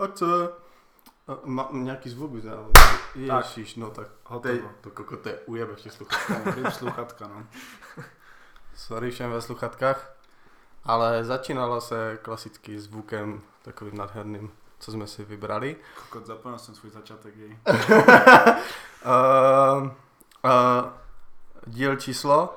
akce. Nějaký zvuk by znal. Ježiš, no tak. To koko, to je ujebe v těch sluchatkách. Sluchatka, no. Sorry všem ve sluchatkách. Ale začínalo se klasicky zvukem takovým nadherným, co jsme si vybrali. Kokot, zapomněl jsem svůj začátek jej. Díl číslo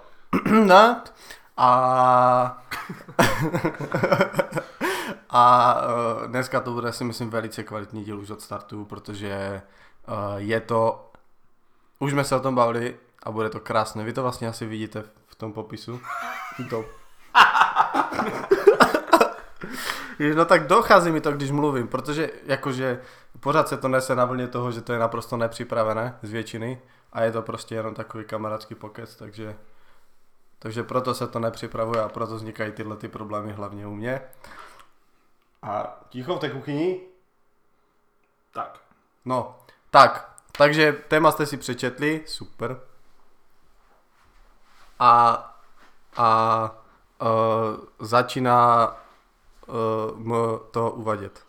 dneska to bude, si myslím, velice kvalitní díl už od startu, protože je to, už jsme se o tom bavili a bude to krásné. Vy to vlastně asi vidíte v tom popisu. No tak dochází mi to, když mluvím, protože jakože pořád se to nese na vlně toho, že to je naprosto nepřipravené z většiny a je to prostě jenom takový kamarádský pokec, takže proto se to nepřipravuje a proto vznikají tyhle ty problémy hlavně u mě. A ticho v té kuchyni? Tak. No, takže téma jste si přečetli, super. Začíná to uvadět.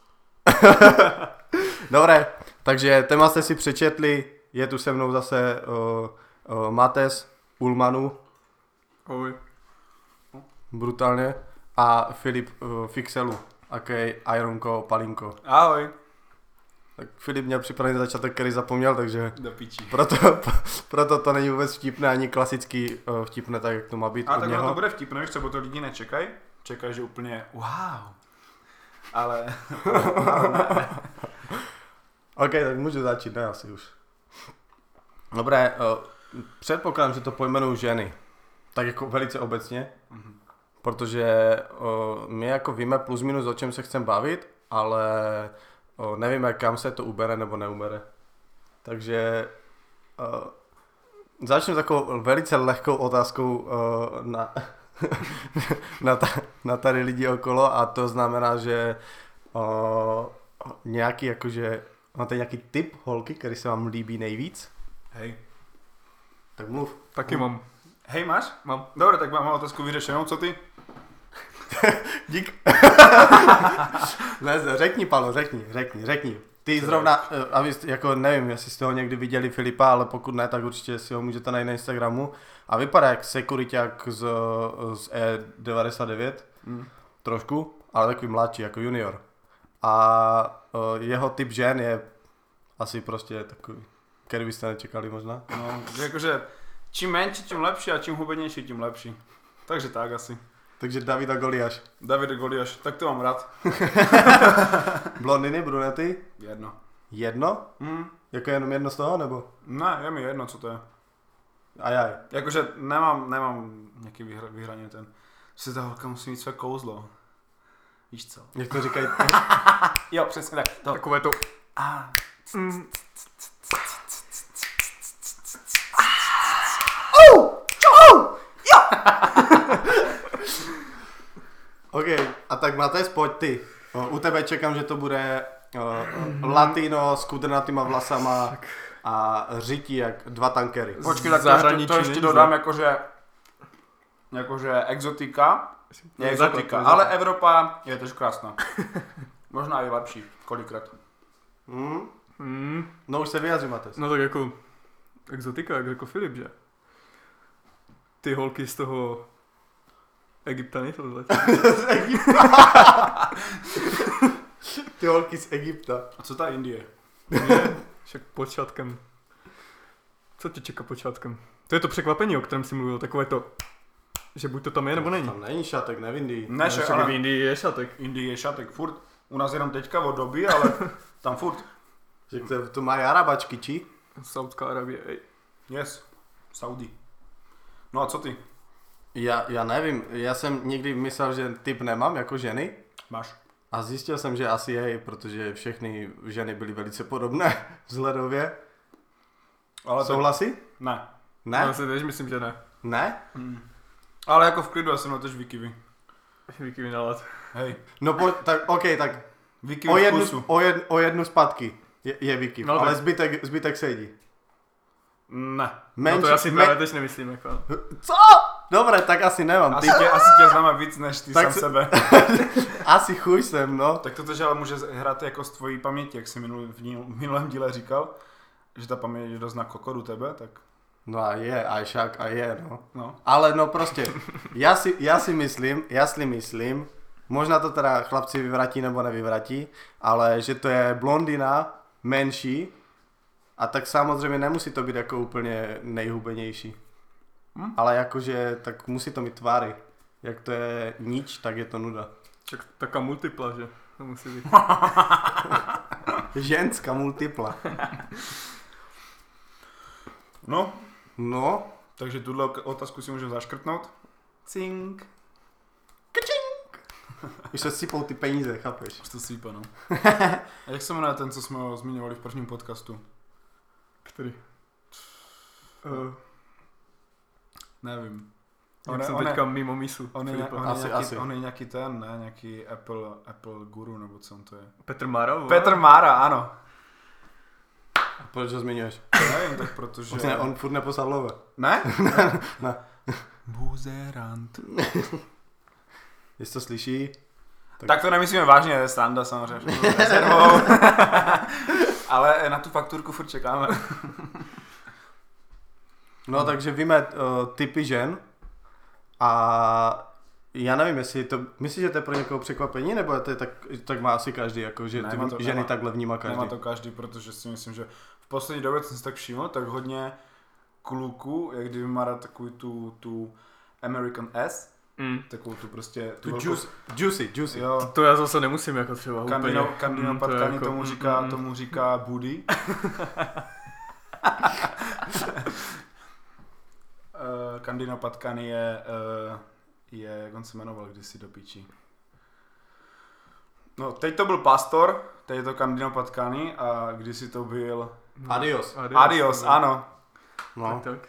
Dobré, takže téma jste si přečetli, je tu se mnou zase Mates Ulmanu. Ahoj. Brutálně. A Filip Fixelu, aký Ironko Palinko. Ahoj. Tak Filip měl připravený začátek, který zapomněl, takže do piči. Proto to není vůbec vtipné, ani klasicky vtipné, tak jak to má být a od tak něho. to bude vtipné, víš co, bo to lidi nečekají. Čekají, že úplně wow. Ale ne. Ok, tak můžu začít, ne asi už. Dobré, předpokládám, že to pojmenuju ženy. Tak jako velice obecně. Protože my jako víme plus minus, o čem se chcem bavit, ale nevíme, kam se to ubere nebo neubere. Takže začnu takovou velice lehkou otázkou na tady lidi okolo a to znamená, že nějaký jakože, máte nějaký typ holky, který se vám líbí nejvíc? Hej. Tak mluv. Taky mám. Hej, máš? Mám. Dobre, tak mám otázku vyřešenou, co ty? Dík. Ne, řekni, Palo, řekni. Ty zrovna, jako nevím, jestli jste ho někdy viděli Filipa, ale pokud ne, tak určitě si ho můžete najít na Instagramu. A vypadá jak sekuriťák z E99, trošku, ale takový mladší, jako junior. A jeho typ žen je asi prostě takový, který byste nečekali možná. No, jakože čím menší, tím lepší a čím hubenější, tím lepší. Takže tak asi. Takže David a Goliáš. David a Goliáš, tak to mám rád. Blondiny, brunety? Jedno. Jedno? Jako jenom jedno z toho, nebo? Ne, je mi jedno, co to je. Ajaj. Jakože nemám nějaký vyhraně ten. Že ta holka musí mít své kouzlo. Víš co? Jak to říkají? Jo, přesně tak. To. Takové to. OK, a tak máte pojď ty. U tebe čekám, že to bude latino s kudrnatýma vlasama a řití jak dva tankery. Počkej, tak to ještě dodám, jakože exotika. Je exotika, ale Evropa je tež krásná. Možná i lepší, kolikrát. No už se vyjadří, Mates. No tak jako exotika, jak jako Filip, že? Ty holky z toho Egypta nejsou Z Egypta. Ty holky z Egypta. A co ta Indie? Je, však počátkem. Co tě čeká počátkem? To je to překvapení, o kterém jsi mluvil, takové to, že buď to tam je, nebo není. Tam není šatek, ne v Indii. Ne, ale v Indii je šatek. Indii je šatek, furt. U nás jenom teďka od doby, ale tam furt. Že to mají arabačky, či? Saudská Arabie, ej. Yes, Saudi. No a co ty? Já nevím, já jsem nikdy myslel, že typ nemám jako ženy. Máš. A zjistil jsem, že asi jej, protože všechny ženy byly velice podobné vzhledově. Ale souhlasí? Ne. Ne? Já si tež myslím, že ne. Ne? Ale jako v klidu, já jsem na tež Vikivi. Vikivi nalad. Hej. No tak, OK, tak Vikivi o jednu zpátky je Vikiv, no, ale zbytek sedí. Ne. No to já si právě tež nemyslím, jako. Co? Dobré, tak asi nemám. Asi tě známe víc než ty Tak sám se- sebe. Asi chuj jsem, no. Tak toto ale může hrát jako z tvojí paměti, jak jsi v minulém díle říkal, že ta paměť je dost na kokodu tebe, tak No a je, aj však, a je, no. no. Ale no prostě, já si myslím, možná to teda chlapci vyvratí nebo nevyvratí, ale že to je blondina menší a tak samozřejmě nemusí to být jako úplně nejhubenější. Ale jakože, tak musí to mít tváry. Jak to je nič, tak je to nuda. Tak taká multipla, že? To musí být. Ženská multipla. No, Takže tuhle otázku si můžeme zaškrtnout. Cink. už se sypou ty peníze, chápeš? Už to sípe, no. A jak se jmenuje ten, co jsme ho zmiňovali v prvním podcastu? Který? Nevím. Jak jsem teďka mimo mísu. On je nějaký ten, ne? Nějaký Apple guru, nebo co on to je? Petr Mára? Petr Mára, ano. Proč ho zmiňuješ? Nevím, tak protože... Ne, on furt neposlal love. Ne? Ne. Buzerant. Jestli to slyší, Tak to nemyslíme vážně, je sranda samozřejmě. Rezervou. Ale na tu fakturku furt čekáme. No, takže víme typy žen a já nevím, jestli to, myslíš, že to je pro někoho překvapení, nebo to je tak má asi každý, jako, že ty ženy takhle vnímá každý. Nemá to každý, protože si myslím, že v poslední době jsem si tak všiml, tak hodně kluků, jak kdyby má rád takovou tu American S, takovou tu prostě... Tu juicy. Jo. To já zase nemusím jako třeba Kandino Patkani jako, tomu říká booty. Kandino Patkani je, jak on se jmenoval kdysi do píči. No, teď to byl Pastor, teď je to Kandino Patkani a kdysi to byl... Adios, ano. No. Tak.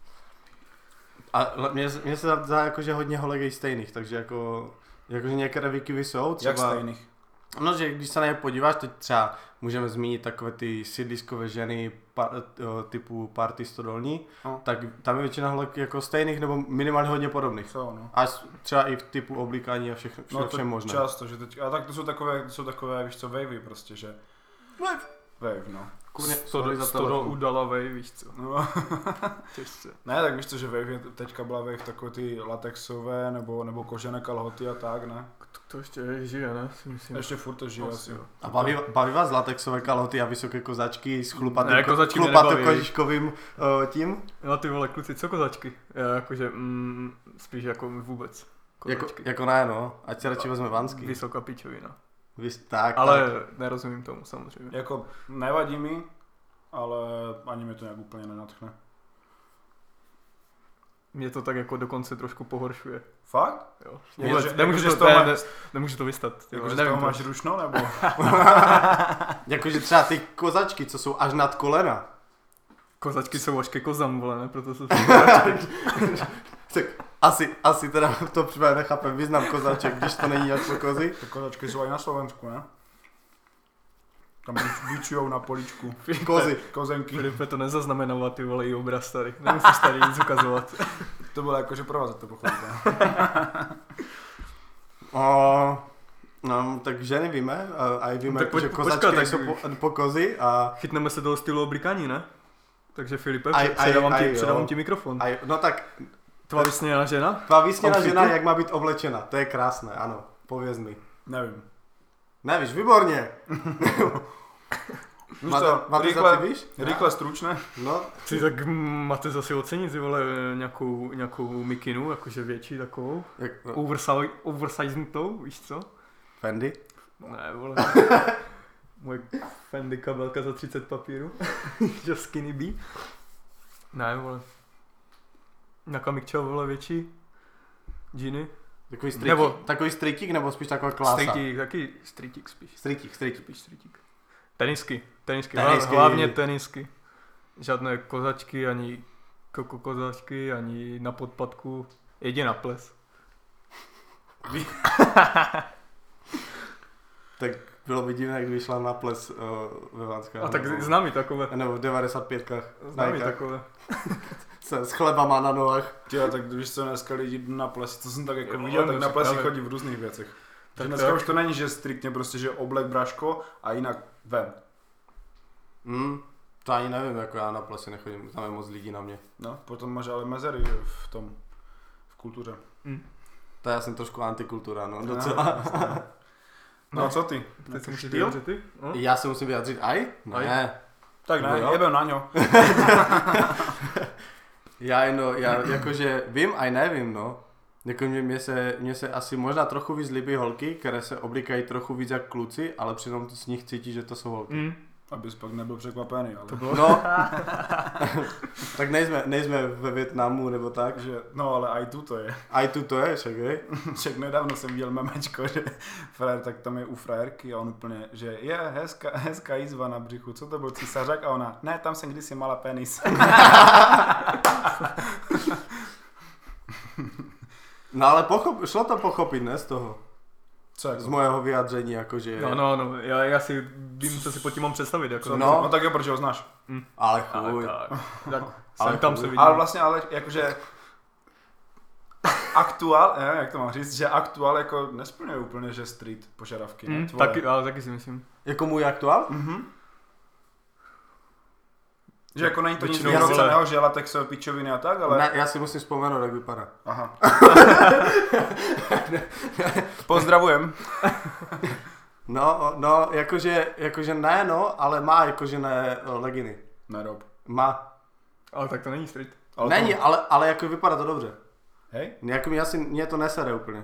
A mně se zdá jako, že hodně holek stejných, takže jakože některé výkyvy jsou třeba... Jak stejných? No, že když se na ně podíváš, teď třeba můžeme zmínit takové ty sídliskové ženy typu Party Stodolní, tak tam je většina holek jako stejných nebo minimálně hodně podobných. Jsou, no. Až třeba i v typu oblíkání a všechno všem možné. Často, že teď, a tak to jsou takové, víš co, wavy prostě, že... Wave, no. Stodol udala wave, víš co. No. Těžce. Ne, tak víš co, že wave teďka byla wave takové ty latexové nebo kožené kalhoty a tak, ne? To ještě žije, ne? Si myslím. Ještě furt to žije asi. A baví vás latexové kalhoty a vysoké kozačky s chlupatým kožiškovým tím? No ty vole kluci, co kozačky? Já jakože spíš jako vůbec. Jako ne, no. Ať se radši vezme vanský. Vysoká pičovina. Tak, ale nerozumím tomu samozřejmě. Jako nevadí mi, ale ani mě to nějak úplně nenadchne. Mě to tak jako dokonce trošku pohoršuje. Fakt? Jo. Nemůžu to vystat. Jakože z toho máš rušno, nebo? Jakože třeba ty kozačky, co jsou až nad kolena. Kozačky jsou až ke kozám, vole, ne? Proto jsou Tak asi teda v tom případě nechápem význam kozaček, když to není jako kozy. Tak kozačky jsou i na Slovensku, ne? Tam bičujou na políčku. Kozenky. Filipe to nezaznamenává, ty vole, i obraz tady. Nemusíš tady nic ukazovat. To bylo jakože pro vás, to pochopíte. No, tak ženy víme, a i víme, tak že kozačky jsou po kozy a... Chytneme se toho stylu oblikání, ne? Takže Filipe, předávám ti mikrofon. No tak... Tvá vysněná žena? Tvá vysněná žena, jak má být oblečena, to je krásné, ano, pověz mi. Nevím. Nevíš, výborně. Rychle stručné. No. Ty tak máte zase ocenit, ty vole, nějakou mikinu, jakože větší takovou. Oversiznutou, víš co? Fendi? Ne, vole. Moje Fendi kabelka za 30 papíru. Just skinny bee. Ne, vole. Nějaká mikča, vole, větší. Džiny. Takový stritík nebo spíš taková klása? Taky stritík spíš. Stritík. Tenisky. Hlavně tenisky. Žádné kozačky, ani kozačky, ani na podpatku. Jedině na ples. Tak bylo by divné, jak vyšla na ples ve Vánskách. A tak znám i takové. Nebo v 95kách. Znám i takové. s chlebama na nohách. Těla, tak když se dneska lidi na plesi, co jsem tak jako Jo, viděl, tak na plesi právě. chodí v různých věcech. Tak Že dneska tak. už to není, že striktně prostě, že oblek bráško a jinak ven. To ani nevím, jako já na plesi nechodím, tam je moc lidí na mě. No, potom máš ale mezery v kultuře. To já jsem trošku antikultura, no, docela. No, co ty? Teď se musíš Štýl? vyjádřit ty? No? Já se musím vyjádřit aj? Ne. Tak ne, Jo. jebem na ňo. Já jakože vím aj nevím, no. Jako mně se asi možná trochu víc líbí holky, které se oblíkají trochu víc jak kluci, ale přitom z nich cítí, že to jsou holky. Abys pak nebyl překvapený, ale... To bylo? No, tak nejsme ve Vietnamu nebo tak. Že, no ale aj tu to je. Aj tu to je, však je. Však nedávno jsem viděl memečko, že frajer, tak tam je u frajerky a on úplně, že je hezká jízva na břichu, co to byl císařák a ona, ne, tam jsem kdysi mala penis. No ale šlo to pochopit, ne, z toho. Co jako? Z mojeho vyjádření, jakože... No, já si vím, co si pod tím mám představit, jako. No tak jo, protože ho znáš. Ale Ale chuj. tak Ale jsem tam chuj. se vidím. Ale vlastně, ale jakože aktuál, nevím, jak to mám říct, že aktuál jako nesplňuje úplně, že street požadavky, ne? Tvoje. Taky, ale taky si myslím. Jako můj aktuál? Že jako není to nic Většinou vyhroceného, že latexové pičoviny a tak, ale... Ne, já si musím vzpomenout, jak vypadá. Aha. Pozdravujem. No, jakože ne, no, ale má jakože ne leginy. Nerob. Má. Ale tak to není street. Ale Není, to... ale jako vypadá to dobře. Hej? Jako mě to nesere úplně.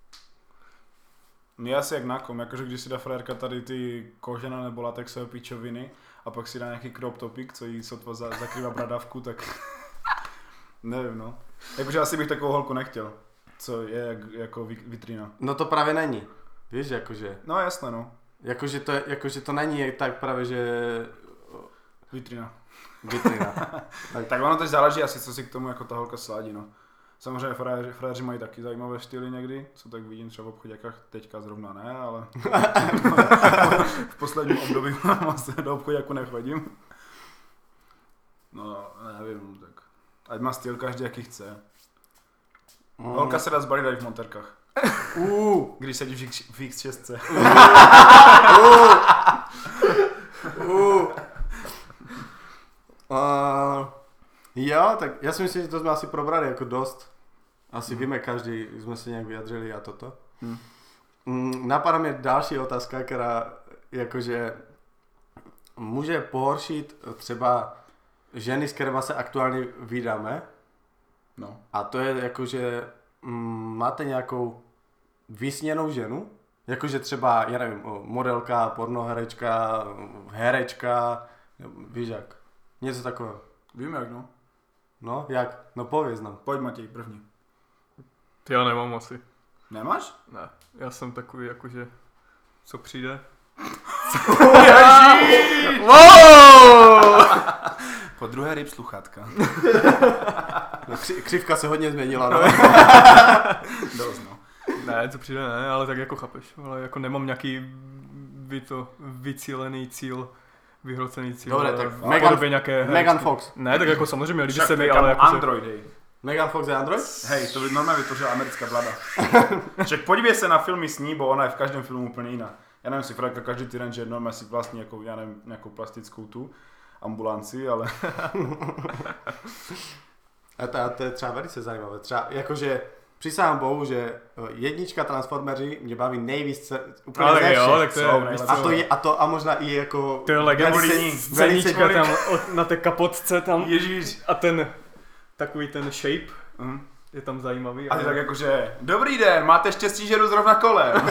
Mě asi jak na kom, jakože když si dá frérka tady ty kožené nebo latexové pičoviny a pak si dá nějaký crop topik, co jí sotva zakrývá bradavku, tak nevím, no. Jakože asi bych takovou holku nechtěl, co je jako vitrína. No to právě není. Víš, jakože. No jasné, no. Jakože to není tak právě, že... Vitrína. Vitrina. Tak ono teď záleží asi, co si k tomu jako ta holka sladí, no. Samozřejmě frajeři mají taky zajímavé štýly někdy, co tak vidím třeba v obchoděkách, teďka zrovna ne, ale v posledním období moc do obchoděku nechodím. No, nevím, tak ať má styl každý, jaký chce. Holka se dá zbalit i v monterkách, když sedí v X6. Jo, tak já si myslím, že to jsme asi probrali jako dost. Asi víme, každý jsme se nějak vyjadřili a toto. Napadá mě další otázka, která jakože může pohoršit třeba ženy, s kterými se aktuálně vydáme. No. A to je jakože máte nějakou vysněnou ženu? Jakože třeba, já nevím, modelka, pornoherečka, herečka, víš jak? Něco takového. Vím jak, no. No, jak? No pověz nám. Pojď Matěj, první. Já nemám asi. Nemáš? Ne, já jsem takový jakože, co přijde. Po druhé ryb sluchátka. No, křivka se hodně změnila, no. Dost, no. Ne, co přijde ne, ale tak jako chápeš, ale jako nemám nějaký vycílený cíl, vyhrocený cíl. Dobré, tak v podobě nějaké Megan herečky. Fox. Ne, tak jako samozřejmě líbí Však se to mi, je ale jako Android, hej. Megan Fox je Android? Hej, to by normálně vytvořila americká vláda. Však podívej se na filmy s ní, bo ona je v každém filmu úplně jiná. Já nevím, si Franka každý týden, že normálně si vlastní jako, já nevím, nějakou plastickou tu ambulanci, ale... A to je třeba velice zajímavé. Třeba jakože přísahám bohu, že jednička Transformeři mě baví nejvíc úplně ale ze všech. jo, tak to Jsou je, nejlepší. A možná i jako... to je legenda, velice scénička tam na té kapotce tam Ježíš. a ten, takový ten shape je tam zajímavý. A ty tak jakože, dobrý den, máte štěstí, že jdu zrovna kolem.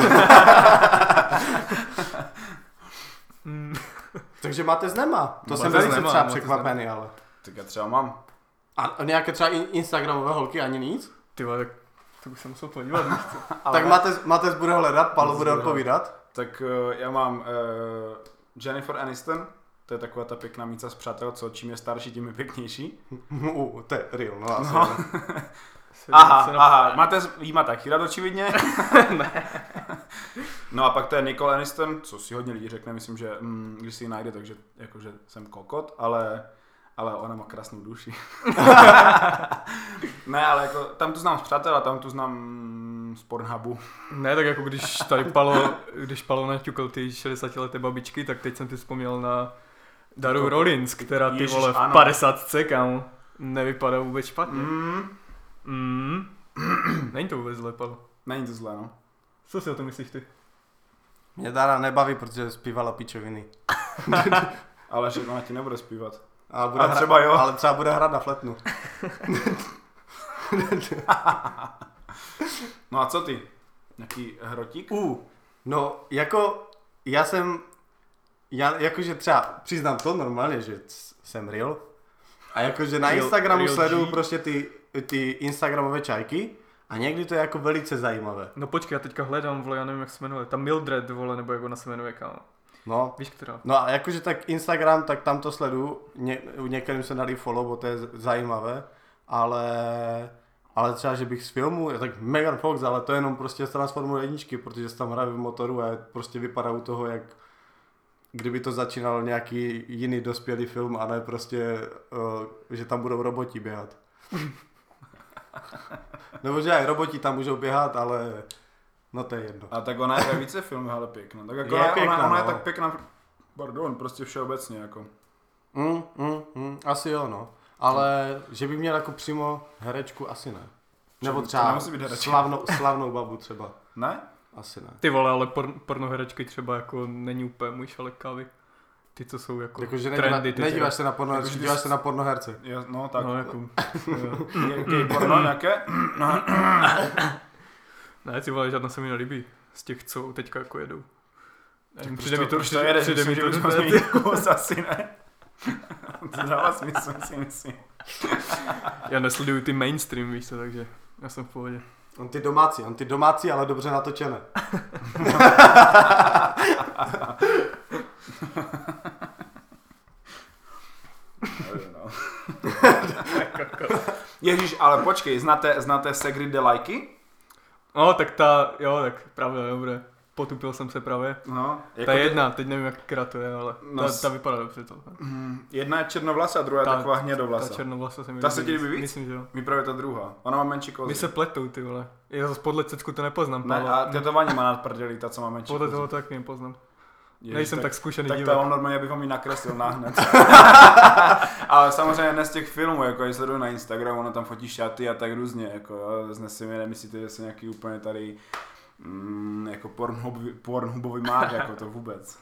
Takže máte z Nema. To Máte jsem z velice Nema, třeba máte z překvapený, ale... Tak já třeba mám. A nějaké třeba Instagramové holky ani nic? Ty vole, tak to bych se musel podívat. Tak máte bude hledat, Paolo bude odpovídat. Tak já mám Jennifer Aniston, to je taková ta pěkná míca z přátel, co čím je starší, tím je pěknější. To je real, no asi. No. Aha, máte jí má taky rád očividně? Ne. No a pak to je Nicole Aniston, co si hodně lidí řekne, myslím, že když si ji najde, takže jakože jsem kokot, ale Ale ona má krásnou duši. Ne, ale jako, tam tu znám z přátel a tam tu znám z Pornhubu. Ne, tak jako když Palo naťukal ty 60leté babičky, tak teď jsem ti vzpomněl na Daru Rollins, která ty Ježiš, vole v ano. 50, kámo, nevypadá vůbec špatně. Není to vůbec zlé, Palo. Není to zlé, no. Co si o tom myslíš ty? Mě Dara nebaví, protože zpívala pičoviny. Ale že ona ti nebude zpívat. Ale, A třeba jo. Ale třeba bude hrát na fletnu. No a co ty? Nějaký hrotík? No, jako, já jakože třeba přiznám to normálně, že jsem real. A jakože na Instagramu real sleduju G. prostě ty Instagramové čajky a někdy to je jako velice zajímavé. No počkej, já teďka hledám, vole, já nevím, jak se jmenuje. Tam Mildred, vole, nebo jak ona se jmenuje, kámo. No, Víš, která? no a jakože tak Instagram, tak tam to sleduju, některým se dali follow, bo to je zajímavé, ale třeba, že bych z filmu, je tak Megan Fox, ale to je jenom prostě z Transformers 1, protože se tam hraje v motoru a prostě vypadá u toho, jak kdyby to začínal nějaký jiný dospělý film a ne prostě, že tam budou roboti běhat. Nebo že aj roboti tam můžou běhat, ale no to je jedno. A tak ona je ve více filmů, ale pěkná. Tak jako Je pěkná, ona je no. tak pěkná, pardon, prostě všeobecně jako. Asi jo, no. Ale že by měl jako přímo herečku, asi ne. Nebo To třeba nemusí být herečka. slavnou babu třeba. Ne? Asi ne. Ty vole, ale pornoherečky třeba jako není úplně můj šalek kávy. Ty, co jsou jako Jakože trendy. nedíváš se na pornoherce, Jako, díváš se na pornoherce. No tak. No jako, Gay porno nějaké? ne, ty vole, žádná se mi nelíbí. Z těch, co teďka jako jedou. Nevím, Proč to jedeš? přijde mi Myslím, že to bychom změnit kurz, asi ne. To dává smysl, si myslím. Já nesleduju ty mainstream, víš co, takže já jsem v pohodě. On ty domácí, ale dobře natočené. Ježíš, ale počkej, znáte Segrid de Lajky? No, tak jo, tak pravda, dobré. Potupil jsem se právě. No, Ta je jedna, teď nevím, jak která to je, ale No, ta vypadá dobře to. jedna je černovlasa, druhá je taková Ta hnědovlasa. černovlasa se mi Ta se ti líbí víc? Myslím, že jo. Mi právě ta druhá. Ona má menší kozy. My se pletou, ty vole. Já zase podle cecku to nepoznám, Ne, Pavel. a tetování má nadprdělí, ta, co má menší Podle kozy. toho taky nepoznám. Ježiš, Nejsem tak zkušený tak to divák. on normálně bych vám ji nakreslil náhned. Ale samozřejmě ne z těch filmů, jako je sleduju na Instagramu, ono tam fotí šaty a tak různě, jako jo, zase si mi nemyslíte, že jsem nějaký úplně tady jako pornhubový máč, jako to vůbec.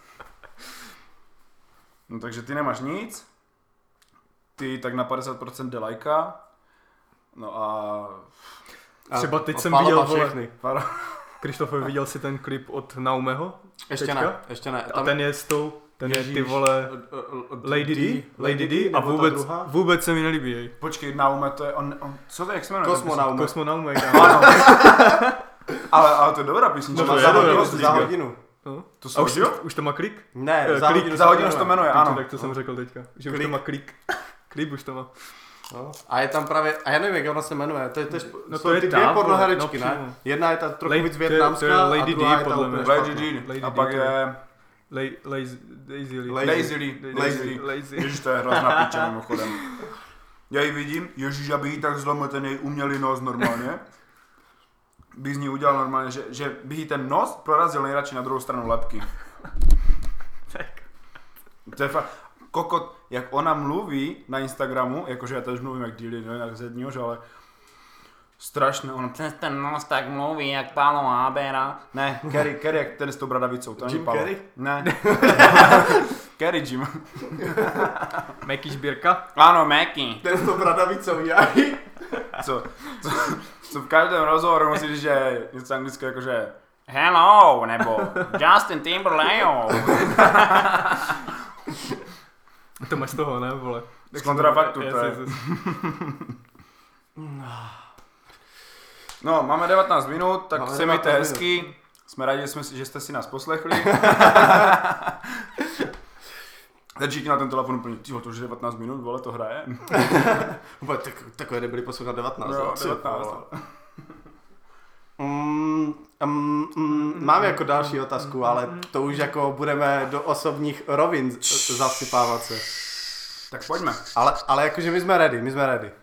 No takže ty nemáš nic, ty tak na 50% jde lajka, no a... Třeba teď jsem Pála viděl, má vole, všechny. Krištofe, viděl jsi ten klip od Naumeho? Ještě Teďka? ne. A ten je s tou, ten je ty Ježíš, vole Lady D a nebo ta druhá? vůbec se mi nelíbí jej. Počkej, Naume, to je on co to je, jak se jmenuje? Kosmonaume. Kosmo Naume, kámo. Ano. ale to je dobrá písnička. No to je za dobrá hodinu, písnička. za hodinu. No. To A jsou už to má klik? Ne, Klik, za hodinu se to jmenuje, ano. Tak to jsem řekl teďka, že už Klik. to má klik. Klip už to má. No. A je tam právě, a já nevím, jak ona se jmenuje, No jsou to je ty ta, dvě vole, pornoherečky, no ne? přímo. Jedna je ta trochu Lady- víc to je větnamská Lady a D, druhá je ta podle úplně mě. Lady špatná. D. Lady A D pak to je Lazy Lee. Lazy Lazy Lazy. Ježiš, to je hrozná piča mimochodem. Já ji vidím, ježiš, aby jí tak zlomil ten její umělý nos normálně. Bych z ní udělal normálně, že bych jí ten nos prorazil nejradši na druhou stranu lebky. Tak. To je fakt, kokot, jak ona mluví na Instagramu, jakože já teď mluvím jak díly, ne, jak Zedňož, ale strašné, ona přes ten nos tak mluví, jak Pálo Hábera. Ne, Kerry, jak ten s tou bradavicou, to není Jim Pálo. Carrey? Ne. Kerry Jim. Meky Žbírka? Ano, Mackie. Ten s tou bradavicou, jaj. Co v každém rozhovoru musí říct, že něco anglické jakože hello, nebo Justin Timberlake. To máš z toho, ne, vole? Z kontrafaktu, to je. No, máme 19 minut, tak Máme se mějte 19 hezky. Jsme rádi, že jste si nás poslechli. Teď všichni na ten telefon úplně, tyjo, to už je 19 minut, vole, to hraje. Takové nebyly poslouchat 19. No, co? 19. Mám jako další otázku, ale to už jako budeme do osobních rovin zasypávat se. Tak pojďme. Ale jakože my jsme ready.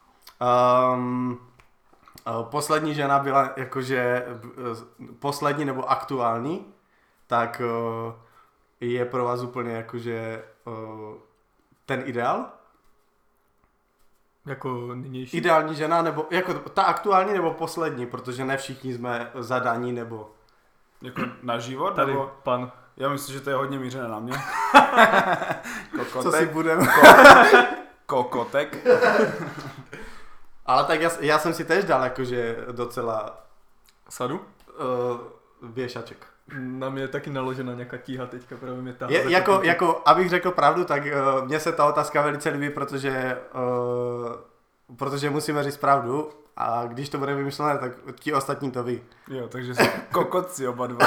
Poslední žena byla jakože poslední nebo aktuální, tak je pro vás úplně jakože ten ideál? Jako nynější? Ideální žena, nebo jako ta aktuální nebo poslední, protože ne všichni jsme zadaní nebo... Jako na život? Tady nebo... pan. Já myslím, že to je hodně mířené na mě. Kokotek. Co si budeme... Kokotek. Ale tak já jsem si tež dal jakože docela Sadu? věšaček. Na mě je taky naložena nějaká tíha teďka, právě mě táhne. Jako, abych řekl pravdu, tak mně se ta otázka velice líbí, protože musíme říct pravdu a když to bude vymyšlené, tak ti ostatní to ví. Jo, takže jsou kokotci oba dva.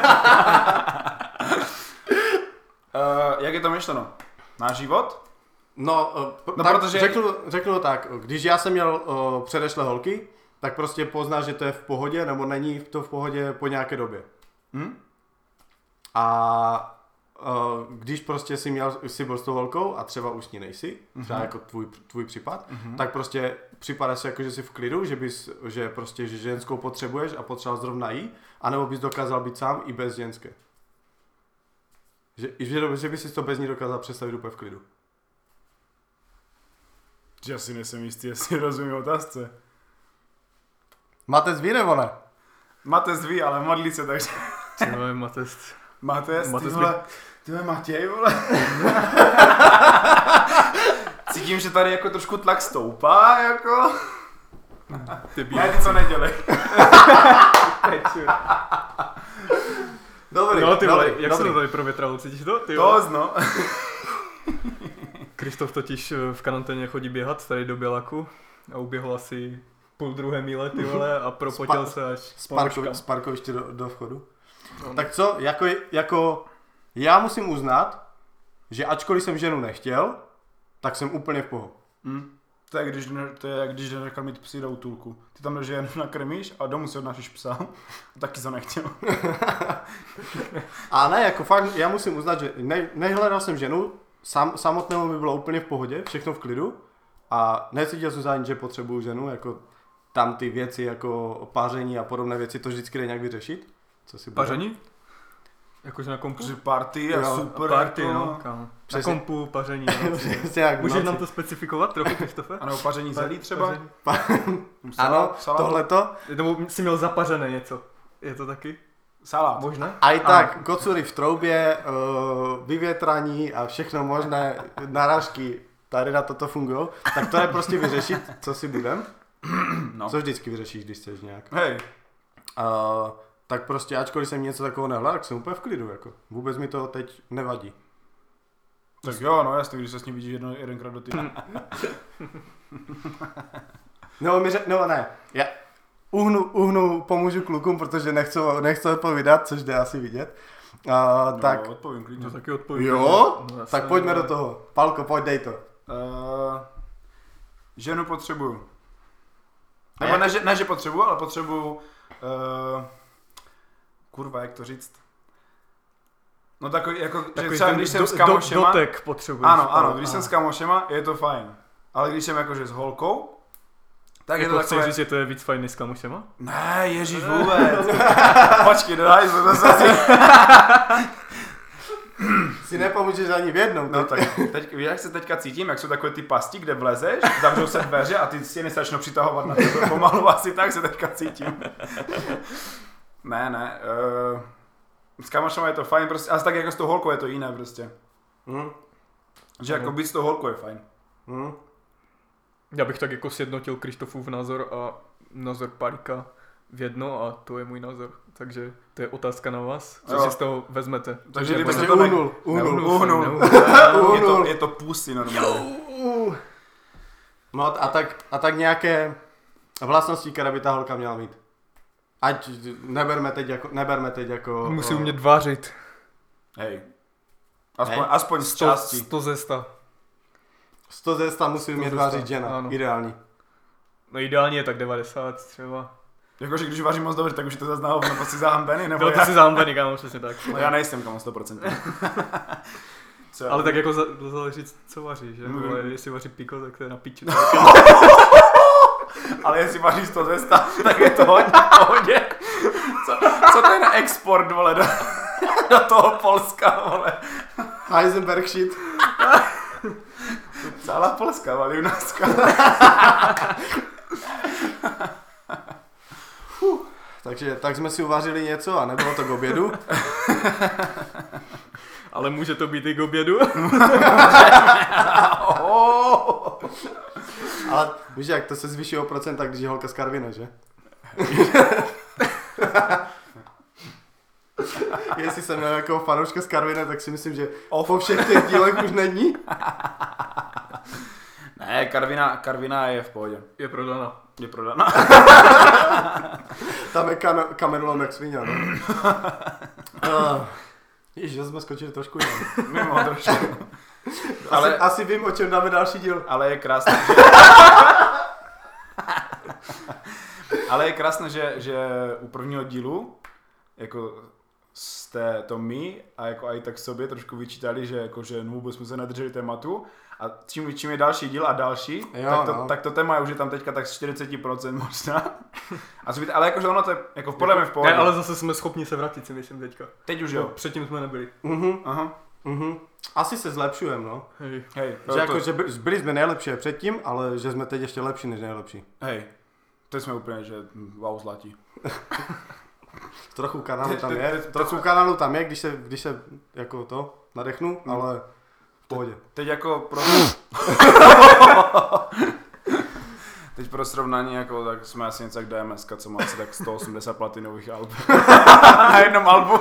Jak je to myšleno? Náš život? No, No tak protože... řeknu to tak, když já jsem měl předešlé holky, tak prostě poznáš, že to je v pohodě, nebo není to v pohodě po nějaké době. A když prostě si byl s tou holkou a třeba už s ní nejsi, třeba jako tvůj případ, tak prostě připadá si jako, že jsi v klidu, že prostě že ženskou potřebuješ a potřeboval zrovna jí, anebo bys dokázal být sám i bez ženské. Že bys si to bez ní dokázal představit úplně v klidu. Já si nejsem jistý, jestli rozumím otázce. Máte zví nebo ne? Máte zví, ale modlí se, takže... Tyhle, Matest. Matest, tyhle Matěj, vole. Cítím, že tady jako trošku tlak stoupá, jako... Ne, ty co nedělej. Dobrý, no ty vole, jak dobrý. se to tady provětralo, cítíš to? Ty To zno. Krištof totiž v karanténě chodí běhat tady do Bělaku a uběhl asi 1,5 míle, ty vole, a propotil se až z parkoviště do vchodu. No. Tak co, jako já musím uznat, že ačkoliv jsem ženu nechtěl, tak jsem úplně v pohodě. To je jak když nechal mít psy do útulku. Ty tam jen nakrmíš a domů si odnášíš psa. Taky to nechtěl. A ne, jako fakt, já musím uznat, že nehledal jsem ženu, samotnému by bylo úplně v pohodě, všechno v klidu a necítil jsem za nic, že potřebuju ženu, jako tam ty věci jako páření a podobné věci, to vždycky jde nějak vyřešit. Co si bude? Paření? Jakože na kompu? Že party a super. Party, jako... no, kámo. Na kompu, paření. Můžeš nám to specifikovat trochu, Krištofe? Ano, paření zelí třeba? Ano, tohleto. Nebo jsi měl zapařené něco. Je to taky? Salát. Možné? A i tak, kocury v troubě, vyvětraní a všechno možné narážky tady na toto fungují, tak to je prostě vyřešit, co si budem. No. Co vždycky vyřešíš, když chceš nějak. Hej. Tak prostě, ačkoliv jsem něco takového nehledal, tak jsem úplně v klidu, jako. Vůbec mi to teď nevadí. Tak jo, no jasně, když se s ním vidíš jedenkrát do týdne. No ne, já uhnu, pomůžu klukům, protože nechci odpovídat, což jde asi vidět. Tak... odpovím klidně. No taky odpovím. Jo? No, tak pojďme do toho. Palko, pojď, dej to. Ženu potřebuju. Nebo ne, že potřebuju, ale potřebuju... kurva, jak to říct? No takový, jako, že třeba když jsem s kamošema... Dotek potřebuješ. Ano, když jsem s kamošema, je to fajn. Ale když jsem jakože s holkou, tak jako je to takové... chceš říct, že to je víc fajn než s kamošema? Ne, ježíš vůbec. Počkej, dodaj se to zase. Si nepomůžeš ani v jednom. No tak, teď, jak se teďka cítím, jak jsou takové ty pasti, kde vlezeš, zavřou se dveře a ty stěny začnou přitahovat na tebe pomalu, asi tak se teďka cítím. Ne, s kamošem je to fajn, prostě, ale tak jako s tou holkou je to jiné prostě. Že jako být s tou holkou je fajn. Já bych tak jako sjednotil Krištofův názor a názor Parika v jedno a to je můj názor. Takže to je otázka na vás, co si z toho vezmete. Takže kdyby se to uhnul. Je to pusy normálně. No a tak nějaké vlastnosti, které by ta holka měla mít. Ať neberme teď jako... Musí umět vářit. Hej. Aspoň z části. 100 ze 100. 100 ze 100 musí umět vářit žena, ano. Ideální. No ideálně je tak 90 třeba. Jakože když vařím moc dobře, tak už je to zase na hovno, si zahambený, nebo Bylo to si zahambený, kámo, přesně tak. No já nejsem, kámo, 100%. Co? Ale tak jako záleží, co vaří, že? Ale jestli vaří piko, tak to je na piči. Ale jestli vaříš to ze stav, tak je to hodně v pohodě. Co to je na export, vole, do toho Polska, vole. Heisenberg shit. Celá Polska, valí u nás. Takže tak jsme si uvařili něco a nebylo to k obědu. Ale může to být i k obědu. Ale víš jak, to se zvyší o procenta, když je holka z Karviné, že? Jestli jsem měl jako fanouška z Karviné, tak si myslím, že po všech těch dílech už není. Ne, Karviná je v pohodě. Je prodána. Je prodána. Tam je kamerulom jak svině, no. Ježiš, že jsme skočili trošku jinam. Mimo trošku. Asi vím, o čem dáme další díl. Ale je krásné, ale je krásné, že u prvního dílu jako jste to my a jako i tak sobě trošku vyčítali, že jakože vůbec jsme se nedrželi tématu a čím je další díl a další, jo, tak to téma už je tam teďka tak 40% možná. Ale jakože ono to je jako podle mě v pohodě. Ne, ale zase jsme schopni se vrátit, si myslím teďka. Teď už jo. Předtím jsme nebyli. Aha. Asi se zlepšujeme, no. Hej. Že jako, že byli jsme nejlepší předtím, ale že jsme teď ještě lepší než nejlepší. Hej. To jsme úplně, že wow, zlatí. Trochu kanálu tam je, když se jako to nadechnu, ale v pohodě. Teď jako teď pro srovnání, jako, tak jsme asi něco jak DMS, co má asi tak 180 platinových alb. Na jednom albu.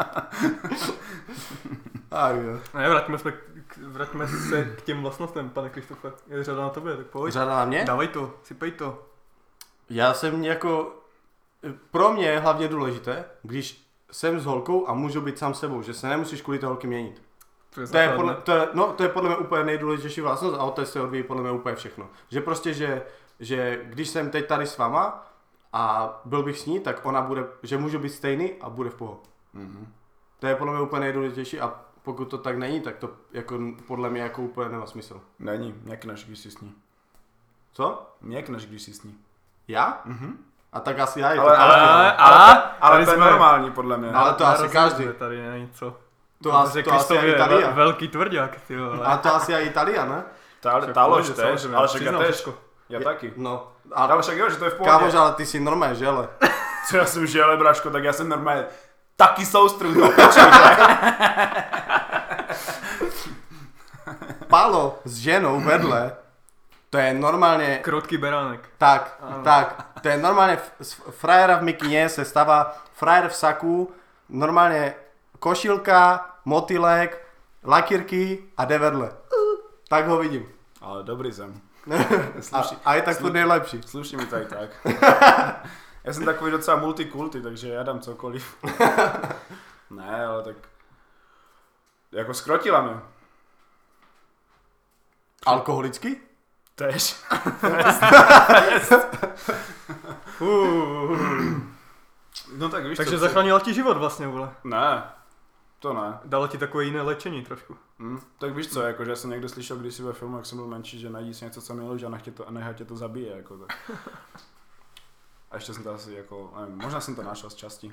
Ne, vraťme se k těm vlastnostem, pane Krištofe. Je řada na tobě, tak pojď. Řada na mě? Dávej to, sypej to. Já jsem jako... Pro mě je hlavně důležité, když jsem s holkou a můžu být sám sebou, že se nemusíš kvůli té holky měnit. To je podle mě úplně nejdůležitější vlastnost a od té se odvíjí podle mě úplně všechno. Že prostě, že když jsem teď tady s váma a byl bych s ní, tak ona bude, že můžu být stejný a bude v pohodě. Mm-hmm. To je podle mě úplně nejdůležitější a pokud to tak není, tak to jako podle mě jako úplně nemá smysl. Není, měkneš, když jsi s ní. Co? Měkneš, když jsi s ní. Já? Mhm. A tak asi já. Ale to je normální, podle mě. Ale to asi každý. Tady není co. To asi je Italia. Velký tvrdák, ty vole. A to asi je Italia, ne? Talož tež, ale však já tež. Já taky. No. Ale však jo, že to je v pohodě. Kámoš, ale ty jsi normálně žele. Co já jsem žele, braško, tak já jsem normálně taky soustruh do peči, že? Pálo s ženou vedle, to je normálně... Krotký beránek. Tak, to je normálně frajera v mikině se stává frajer v saku, normálně košilka, motýlek, lakírky a jde vedle. Tak ho vidím. Ale dobrý jsem. A je tak furt nejlepší. Sluší mi tady tak. Já jsem takový docela multikulty, takže já dám cokoliv. Ne, ale tak... Jako skrotila mě. Alkoholicky? Tež. No tak víš. Takže zachránila ti život vlastně, vole. Ne, to ne. Dala ti takové jiné léčení trošku. Tak víš co, jakože já jsem někdo slyšel kdysi ve filmu, jak jsem byl menší, že najdí si něco, co miluji a nechá tě to zabije, jako tak. A ještě jsem to asi jako, nevím, možná jsem to našel z časti.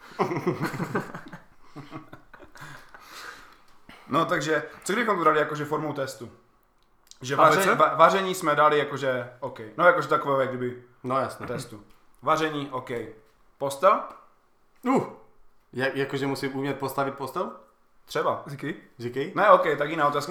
No takže, co kdybychom to dali jakože formou testu? Že vaření jsme dali jakože OK. No jakože takové jak kdyby no, jasné. Testu. Vaření OK. Postel? Jakože musím umět postavit postel? Třeba. Říkej? Ne, OK, tak jiná otázka.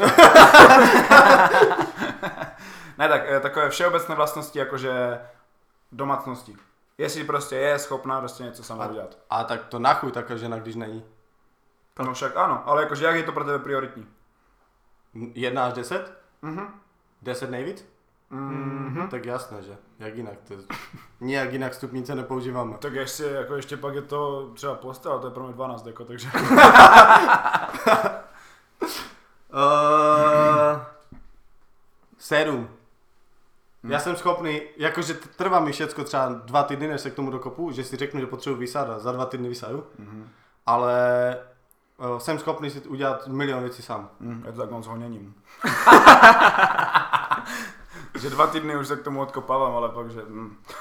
Ne, tak takové všeobecné vlastnosti jakože domácnosti. Jestli prostě je schopná prostě něco sama udělat. A tak to nachuj taká žena, když není. No však ano, ale jakože jak je to pro tebe prioritní? 1 až 10? Mhm. 10 nejvíc? Mhm. Tak jasné, že? Jak jinak? Nijak jinak stupnice nepoužíváme. Tak ještě pak je to třeba postel, ale to je pro mě 12 jako, takže... 7. Já jsem schopný, jakože trvá mi všecko třeba 2 týdny, než se k tomu dokopu, že si řeknu, že potřebuji vysát a za 2 týdny vysaju. Ale jsem schopný si udělat milion věcí sám. Je to tak mám s honěním. Že 2 týdny už se k tomu odkopávám, ale pak, že...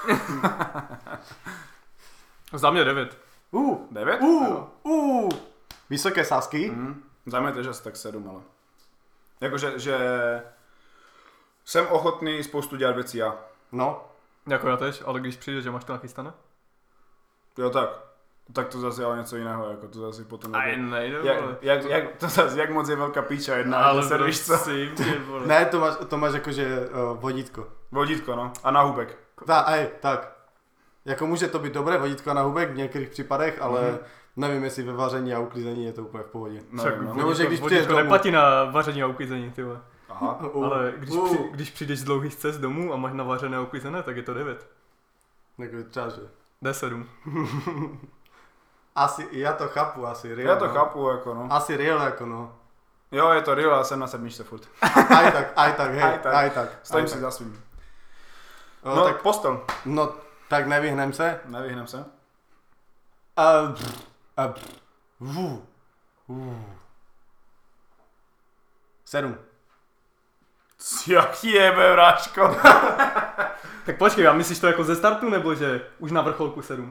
Za mě 9. 9? Vysoké sázky. Za mě tež asi tak 7, ale... Jakože, že... Jsem ochotný spoustu dělat věcí já. No. Jako já tež, ale když přijdeš, že máš to nachystané? Jo tak. Tak to zase je ale něco jiného, jako to zase potom... Aj, nejde, jak moc je velká píča jedna, ale servíš co? prosím tě, vole. Ne, to máš jakože vodítko. Vodítko, no. A náhubek. Tak. Jako může to být dobré vodítko na hubek v některých případech, ale nevím, jestli ve vaření a uklízení je to úplně v pohodě. No, že když přijdeš domů... neplatí na vaření a uklízení, ty vole. Aha. Ale když přijdeš z dlouhých cest domů a máš navařené a uklizené, tak je to 9. Jako třeba, že... D7. Asi, já to chápu, asi real. Já to chápu, jako no. Asi real, jako no. Jo, je to real, ale jsem na 7 furt. Aj tak, hej, aj tak. Stojím si za svým. No, No, tak, postel. no, tak nevyhnem se. Nevyhnem se. 7. Jak jebe, vráčko. Tak počkej, a myslíš to jako ze startu, nebo že už na vrcholku 7?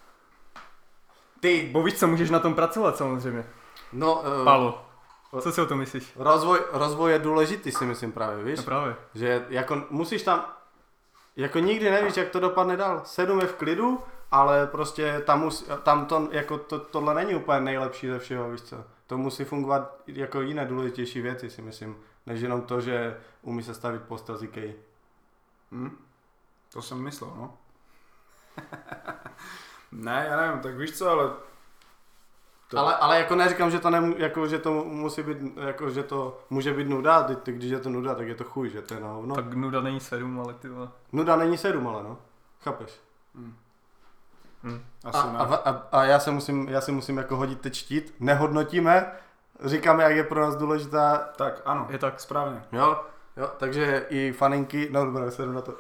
Ty, Bo víš co, můžeš na tom pracovat samozřejmě. no, Pálo, co si o tom myslíš? rozvoj je důležitý, si myslím právě, víš? No právě. Že jako musíš tam, jako nikdy nevíš, jak to dopadne dál. 7 je v klidu, ale prostě tam to, jako tohle není úplně nejlepší ze všeho, víš co. To musí fungovat jako jiné důležitější věci, si myslím, než jenom to, že umí se stavit postel z IKEA. To jsem myslel, no. Ne, já nevím, tak víš co, ale... Ale jako neříkám, že to jako, že to musí být, jako, že to může být nuda, když je to nuda, tak je to chuj, že to je na hovno. Tak nuda není 7, ale ty vole. Nuda není 7, ale no, chápeš? Asi ne. A já se musím jako hodit teď štít, nehodnotíme, říkáme, jak je pro nás důležitá. Tak, ano, Je tak. správně. Jo, takže i faninky, no dobré, sedu na to.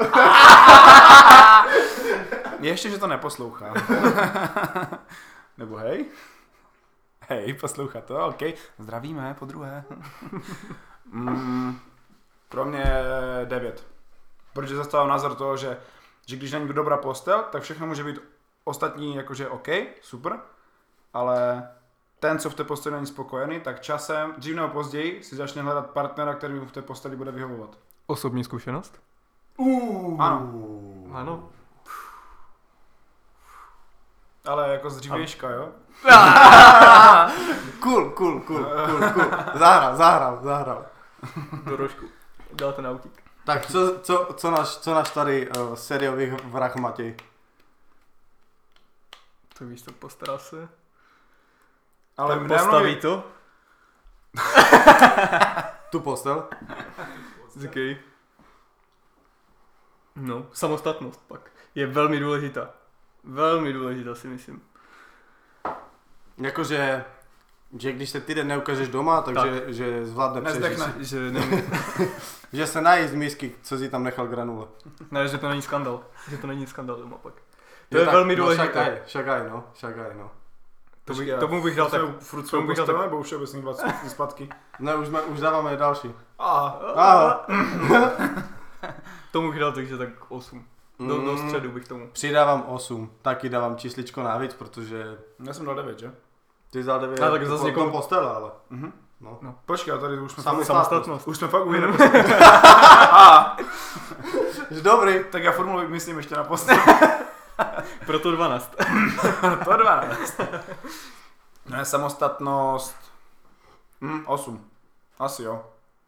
Ještě, že to neposlouchá. Nebo hej? Hej, poslouchá to, ok. Zdravíme, po druhé. Pro mě 9. Protože zastávám názor toho, že když není dobrá postel, tak všechno může být ostatní jakože ok, super, ale ten, co v té posteli není spokojený, tak časem, dřív nebo později, si začne hledat partnera, který mu v té posteli bude vyhovovat. Osobní zkušenost? Ano. Ano. Ale jako z dřívějška, jo? Cool. Zahrál. Trošku. Dal ten autík. Tak co náš tady sériový vrah Matěj? To víš, to postará se. Ale Tak postaví to? Tu postel? Říkej. No, samostatnost pak. Je velmi důležitá. Velmi důležitá, si myslím. Jakože, že když se týden neukážeš doma, takže že zvládne Nezdechne. Že se nají z mísky, co si tam nechal granule. Ne, že to není skandal. Že to není skandal doma pak. To Jo, je tak, velmi no, důležité. Šagaj, no. Tomu bych dal tak... Furt tomu bych dal tak... nebo už všeobecných 20 zpátky. Ne, už dáváme další. Tomu bych dal takže tak 8. Do středu bych tomu. Přidávám 8, taky dávám čísličko navíc, protože... Já jsem dal 9, že? Ty dal 9, tak zase někomu... postele, ale. No. Počkej, a tady už jsme Samostatnost. Už jsme fakt u jiné Dobrý. Tak já formulu myslím ještě na postel. Proto 12. To 12. Ne, samostatnost. 8. Asi jo.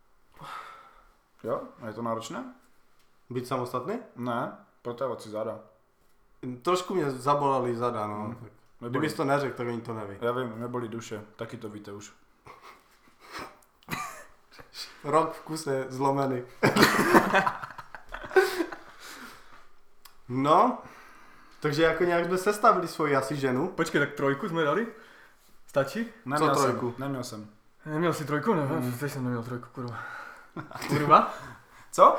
Jo? A je to náročné? Být samostatný? Ne, protávat si záda. Trošku mě zabolali zada, no. Kdybys to neřekl, tak oni to neví. Já vím, mě bolí duše, taky to víte už. Rok v kuse zlomený. No, takže jako nějak jsme sestavili svoji asi ženu. Počkej, tak 3 jsme dali? Stačí? Neměl Co jsem, 3? Neměl jsem. Neměl jsi 3? Ne, teď jsem neměl 3, kurva. Kurva? Co?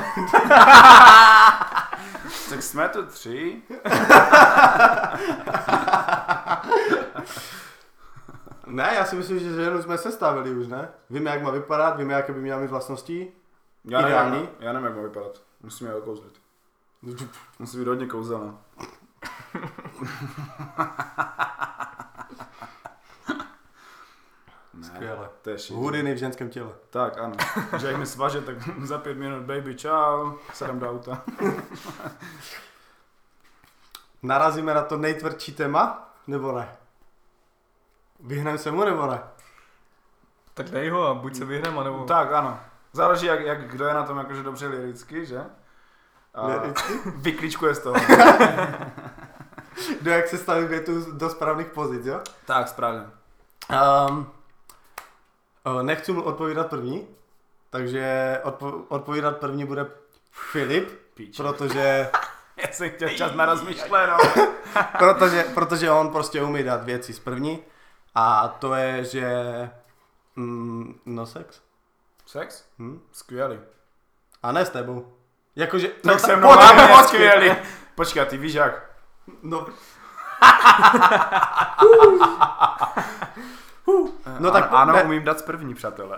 Tak jsme tu 3. Ne, já si myslím, že ženu jsme sestavili už, ne? Víme, jak má vypadat, víme, jaké by měla mít vlastnosti. Ideální. Já nevím, jak má vypadat. Musíme je okouzlit. Musí být hodně kouzelná. Skvěle. To je shit. Hudiny v ženském těle. Tak, ano. Že jak mi svaže, tak za 5 minut, baby, čau, sedem do auta. Narazíme na to nejtvrdší téma, nebo ne? Vyhneme se mu, nebo ne? Tak dej ho a buď se vyhneme, nebo... Tak, ano. Záleží, jak kdo je na tom jakože dobře liricky, že? A Liricky? vykličkuje z toho. Kdo jak se staví větu do správných pozic, jo? Tak, správně. Nechci mu odpovídat první, takže odpovídat první bude Filip, Píč. protože... Já jsem chtěl čas na rozmyšlenou. protože on prostě umí dát věci z první a to je, že... no sex. Sex? Hm? Skvělý. A ne s tebou. Jakože... Tak se mnou máme skvělý. Počkej, a ty víš jak? No. No tak ano, ne. umím dát z první, přátelé.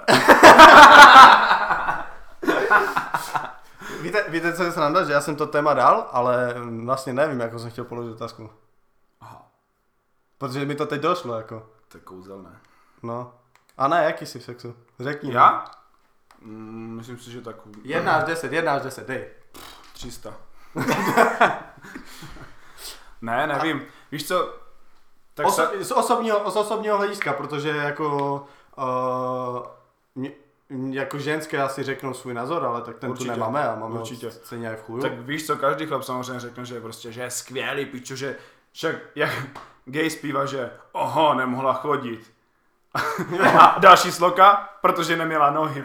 Víte, co je sranda, že já jsem to téma dal, ale vlastně nevím, jako jsem chtěl položit otázku. Aha. Protože mi to teď došlo, jako. To je kouzelné. No. A ne, jaký jsi v sexu? Řekni. Já? Myslím si, že tak... 1 až 10, dej. 300. Ne, nevím. Víš co? Tak z osobního hlediska, protože jako... jako ženské asi řeknou svůj názor, ale tak ten Určitě. tu nemáme a máme Určitě. stejně v chuju. Tak víš co, každý chlap samozřejmě řekne, že je prostě, že je skvělý, pičo, že však jak gay zpívá, že oho, nemohla chodit. A další sloka, protože neměla nohy.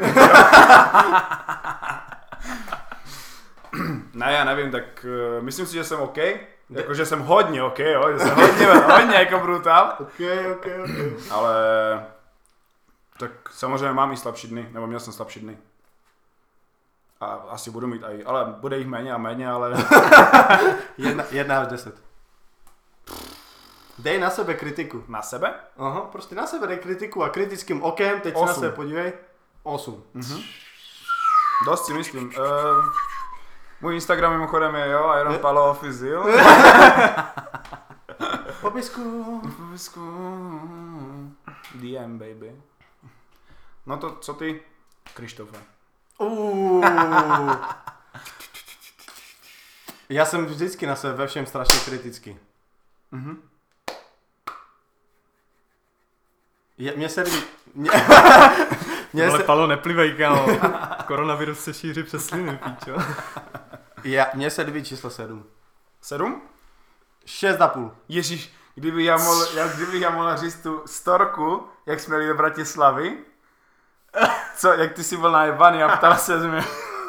Ne, já nevím, tak myslím si, že jsem OK. Jako, že jsem hodně OK, jo, že jsem hodně jako brutál. Ok. Ale tak samozřejmě mám i slabší dny, nebo měl jsem slabší dny. A asi budu mít i, ale bude jich méně a méně, ale... 1 až 10. Dej na sebe kritiku. Na sebe? Aha, prostě na sebe dej kritiku a kritickým okem, teď se na sebe podívej. 8. Dost si myslím. Můj Instagram mimochodem je Iron Palo Official. Popisku. DM, baby. No to, co ty? Krištofe. Já jsem vždycky na sebe ve všem strašně kritický. Mně se líbí... Ale Palo, neplivej, kámo. Koronavirus se šíří přes sliny, píčo. Mně se líbí číslo 7. 7? 6,5. Ježíš, kdybych já mohl říct tu storku, jak jsme jeli do Bratislavy, co, jak ty jsi byl najebaný a ptal se mě.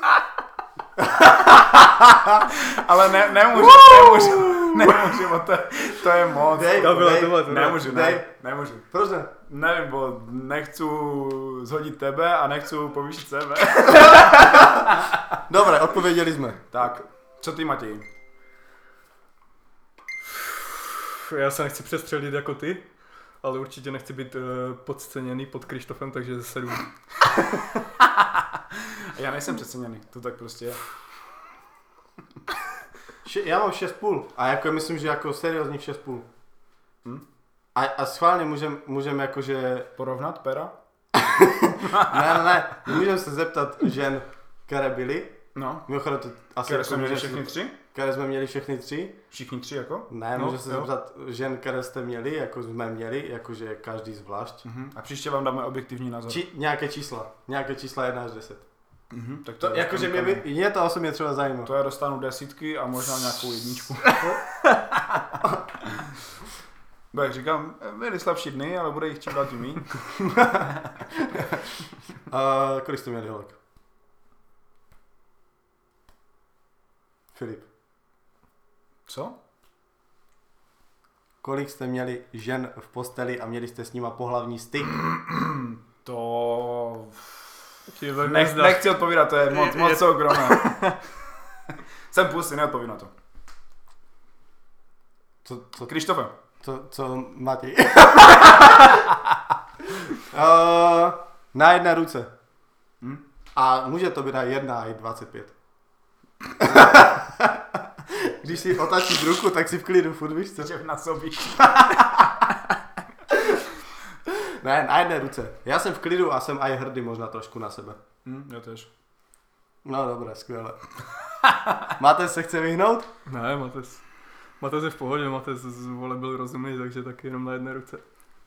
Ale nemůžu, bo to je moc. Nemůžu. Proč ne? Nevím, bo nechci zhodit tebe a nechci povýšit sebe. Dobré, odpověděli jsme. Tak, co ty, Matěj? Já se nechci přestřelit jako ty, ale určitě nechci být podceněný pod Krištofem, takže 7. Já nejsem přeceněný, to tak prostě je. Já mám 6,5 a jako myslím, že jako seriózních 6,5. A schválně můžeme jakože... Porovnat pera? Ne, můžeme se zeptat žen, které byly. No. Mimochodem to asi... Které jako jsme měli můžeme všechny 3? Které jsme měli všechny 3. Všichni 3 jako? Ne, No, můžeme se jo. zeptat žen, které jste měli, jako jsme měli, jakože každý zvlášť. A příště vám dáme objektivní názor. Nějaké čísla 1 až 10. Tak To, jakože mě to osobně třeba zajímá. To já dostanu 10 a možná nějakou 1. Bo jak říkám, byly slabší dny, ale bude jich čím dál tím míň. Kolik jste měli holek? Filip. Co? Kolik jste měli žen v posteli a měli jste s nima pohlavní styk? To... Nechci odpovídat, to je moc soukromé. Jsem pusy, neodpovím na to. Co Krištofe. Co Matěj? Na jedné ruce. Hm? A může to být jedna i 25. Když si otačíš ruku, tak si v klidu, furt víš co? Že na sobíš. Ne, na jedné ruce. Já jsem v klidu a jsem aj hrdý možná trošku na sebe. Já tež. No dobré, skvěle. Máte se chce vyhnout? Ne, máte se v pohodě, máte vole byl rozumný, takže taky jenom na jedné ruce.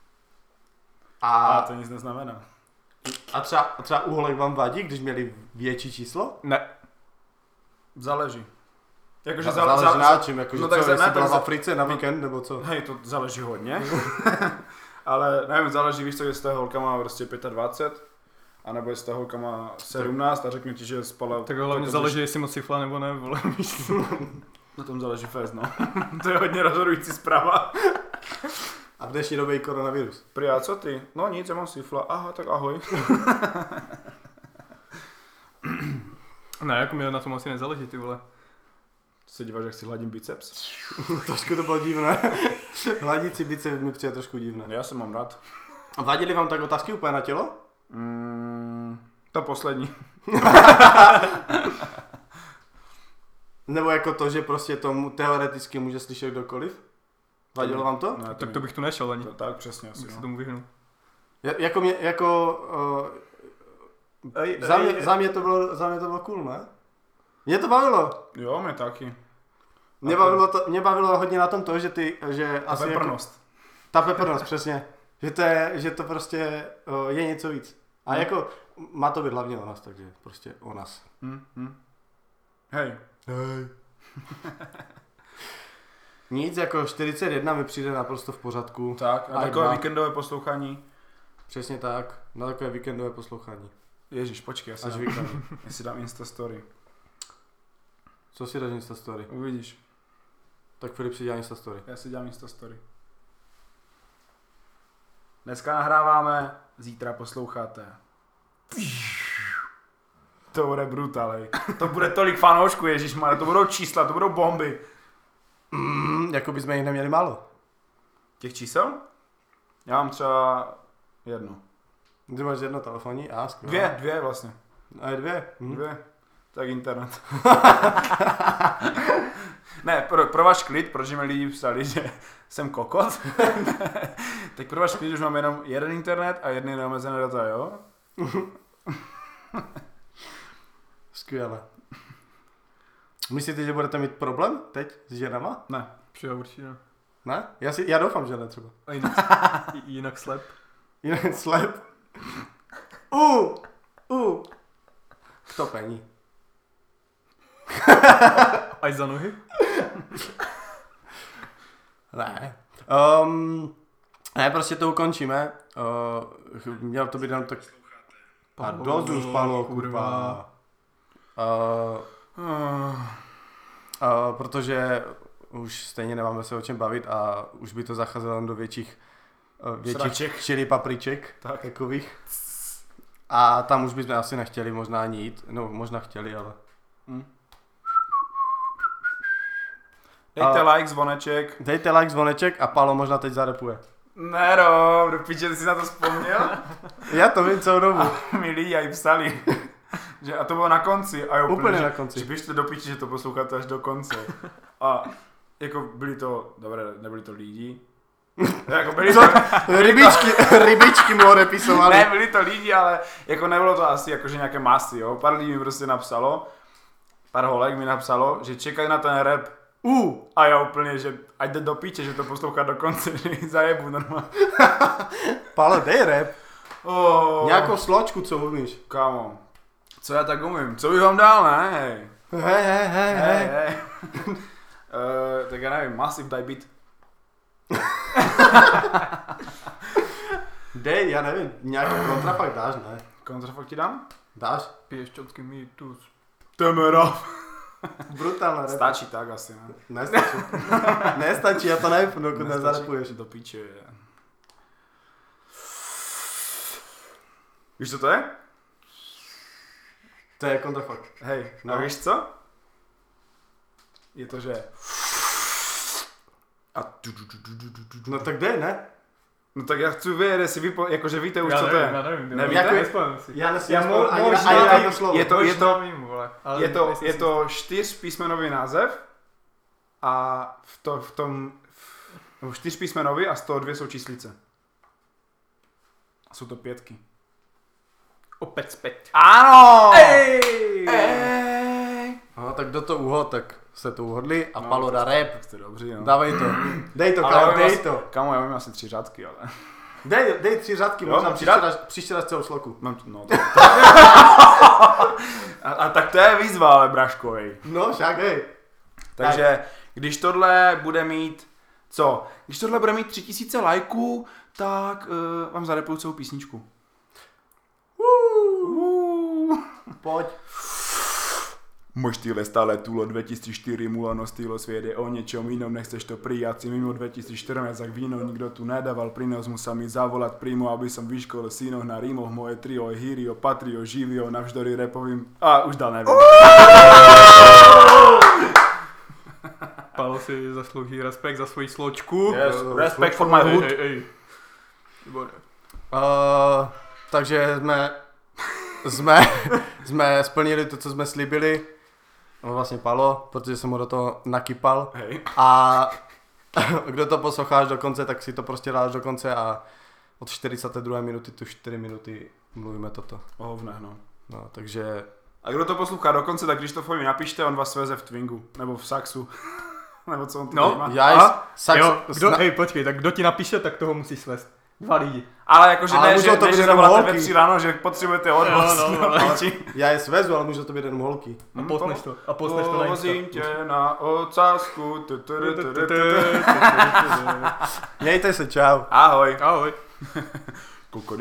A to nic neznamená. A třeba uholek vám vadí, když měli větší číslo? Ne. Záleží. Jakože Záleží na čím, jakože no co, tak jestli byla v Africe na víkend, nebo co? Hej, to záleží hodně. Ale nevím, záleží, víš co, jestli ta holka má prostě 25, anebo jestli ta holka má 17 a řekne ti, že spala... Tak hlavně záleží, jestli moc sifla nebo ne, vole. Na tom záleží fest, no. To je hodně rozhodující zpráva. A v dnešní době i koronavirus. Prý, a co ty? No nic, já mám sifla. Aha, tak ahoj. Ne, jako mě na tom asi nezáleží, ty vole. Se díváš, jak si hladím biceps? Trošku to bylo divné. Hladící biceps mi přijde trošku divné. Já se mám rád. A vadili vám tak otázky úplně na tělo? To poslední. Nebo jako to, že prostě to teoreticky může slyšet kdokoliv? Vadilo vám to? Ne, Tak to bych tu nešel ani. Tak přesně asi, Bych se no. tomu vyhnul. Za mě to bylo cool, ne? Mě to bavilo. Jo, mě taky. Mě bavilo hodně na tom to, že Ta peprnost. Ta peprnost, přesně. Že to prostě je něco víc. A jako má to být hlavně o nás, takže prostě o nás. Hej. Nic, jako 41 mi přijde naprosto v pořádku. Tak, a takové víkendové poslouchání. Přesně tak, na takové víkendové poslouchání. Ježíš, počkej, já si dám Insta story. Co si dáš Insta story? Uvidíš. Tak Filip si dělá Insta story. Já si dělám Insta story. Dneska nahráváme, zítra posloucháte. To bude brutálej. To bude tolik fanoušků, ježišmarja, to budou čísla, to budou bomby. Jako bychom jich neměli málo. Těch čísel? Já mám třeba jedno. Ty máš jedno telefonní? Skvěle. Dvě vlastně. A je dvě? Dvě. Tak internet. Ne, pro váš klid, protože mi lidi psali, že jsem kokot. Tak pro váš klid už mám jenom jeden internet a jedny neomezené data, jo? Skvěle. Myslíte, že budete mít problém teď s ženama? Ne. Přijel určitě ne. Ne? Já doufám, že ne třeba. A jinak slep. Jinak slep. Kto pení? Až za nohy? Ne. Ne, prostě to ukončíme. Měl to být jenom tak... A dost už, Palo, kurva. Protože už stejně nemáme se o čem bavit a už by to zacházelo jen do větších chili papriček, tak. Takových. A tam už bychom asi nechtěli možná ani jít, no možná chtěli, ale... Dejte like, zvoneček. A Palo možná teď zarepuje. Nero, do piče, ty jsi na to vzpomněl? Já to vím celou dobu. Mi lidi aj psali. Že, a to bylo na konci. A jo, úplně na konci. Že běžte do piči, že to posloucháte až do konce. A jako byli to, dobré, nebyli to lidi. Jako byli to, rybičky mu odepisovali. Ne, byli to lidi, ale jako nebylo to asi jakože nějaké masy, jo. Pár lidí mi prostě napsalo, pár holek mi napsalo, že čekají na ten rap. A já úplně, že ať jde do píče, že to poslouchá do konce, že zajebu normálně. Pále, dej rap. Nějakou sločku, co umíš? Kámo, co já tak umím? Co bych vám dal, ne? Hej. Tak já nevím, Massive Die Beat. Dej, já nevím, nějaký kontrafakt dáš, ne? Kontrafakt ti dám? Dáš? Piešťacký mýtus. Temera. Brutálne rap. Stačí tak asi, ne? Nestačí. Nestačí, já to nevypnu, dokud nezarepuješ. Do píče, je. Víš, co to je? To je kontrafakt. Hej, no. A víš co? Je to, že... A No tak dej, ne? No tak já chci vědět, jestli vy, jakože víte už, já co nevím, to je. Já nevím, Nevíte? Nespomenu si. Já Já ani jedno slovo. Je to 4písmenový název a v tom 4písmenový a z toho 2 jsou číslice. A jsou to 5. Opět zpět. Ano! No, tak kdo to uhod, tak jste to uhodli a No, Palo dá rap. Tak jste dobří, no. Dávej to. Dej to, Ale kámo, já dej vím to. Kámo, já vím asi 3 řádky, ale... Dej 3 řádky, Jo, možná mám příště dáš celou sloku. No, a tak to je výzva, ale braškovej. No, však, hej. Takže když tohle bude mít, co? Když tohle bude mít 3000 lajků, tak vám zarepuju celou písničku. Pojď. Mož týhle stále tulo 2004 mulano stýlo svět je o něčom jinom, nechceš to prijať si mimo 2014, jak víno nikdo tu nedával, prinos musel mi zavolat prímo, aby som vyškolil synoch na rímoch, moje trio je Hírio, Patrio, Živio, navždory repovým, už dal nevím. Palo si zaslouží respekt za svoji sločku. Yes, respect for my hood. Takže jsme splnili to, co jsme slíbili. No vlastně Palo, protože jsem ho do toho nakypal. Hej. A kdo to posloucháš do konce, tak si to prostě dáš do konce a od 42. minuty tu 4 minuty mluvíme toto. Hovne, no. No, takže... A kdo to poslouchá do konce, tak když to mi napište, on vás sveze v Twingu, nebo v Saxu. Nebo co on tu má. Hej, počkej, tak kdo ti napíše, tak toho musí svést. 2 lidi. Ale jakože ale ne, že to být jenom zavoláte ve holky. 3 ráno, že potřebujete odvoz. Já je svezu, ale může to být jenom holky. A posneš to. A posneš to na Insta. Vozím tě na ocásku. Mějte se, čau. Ahoj. Ahoj. Kuko.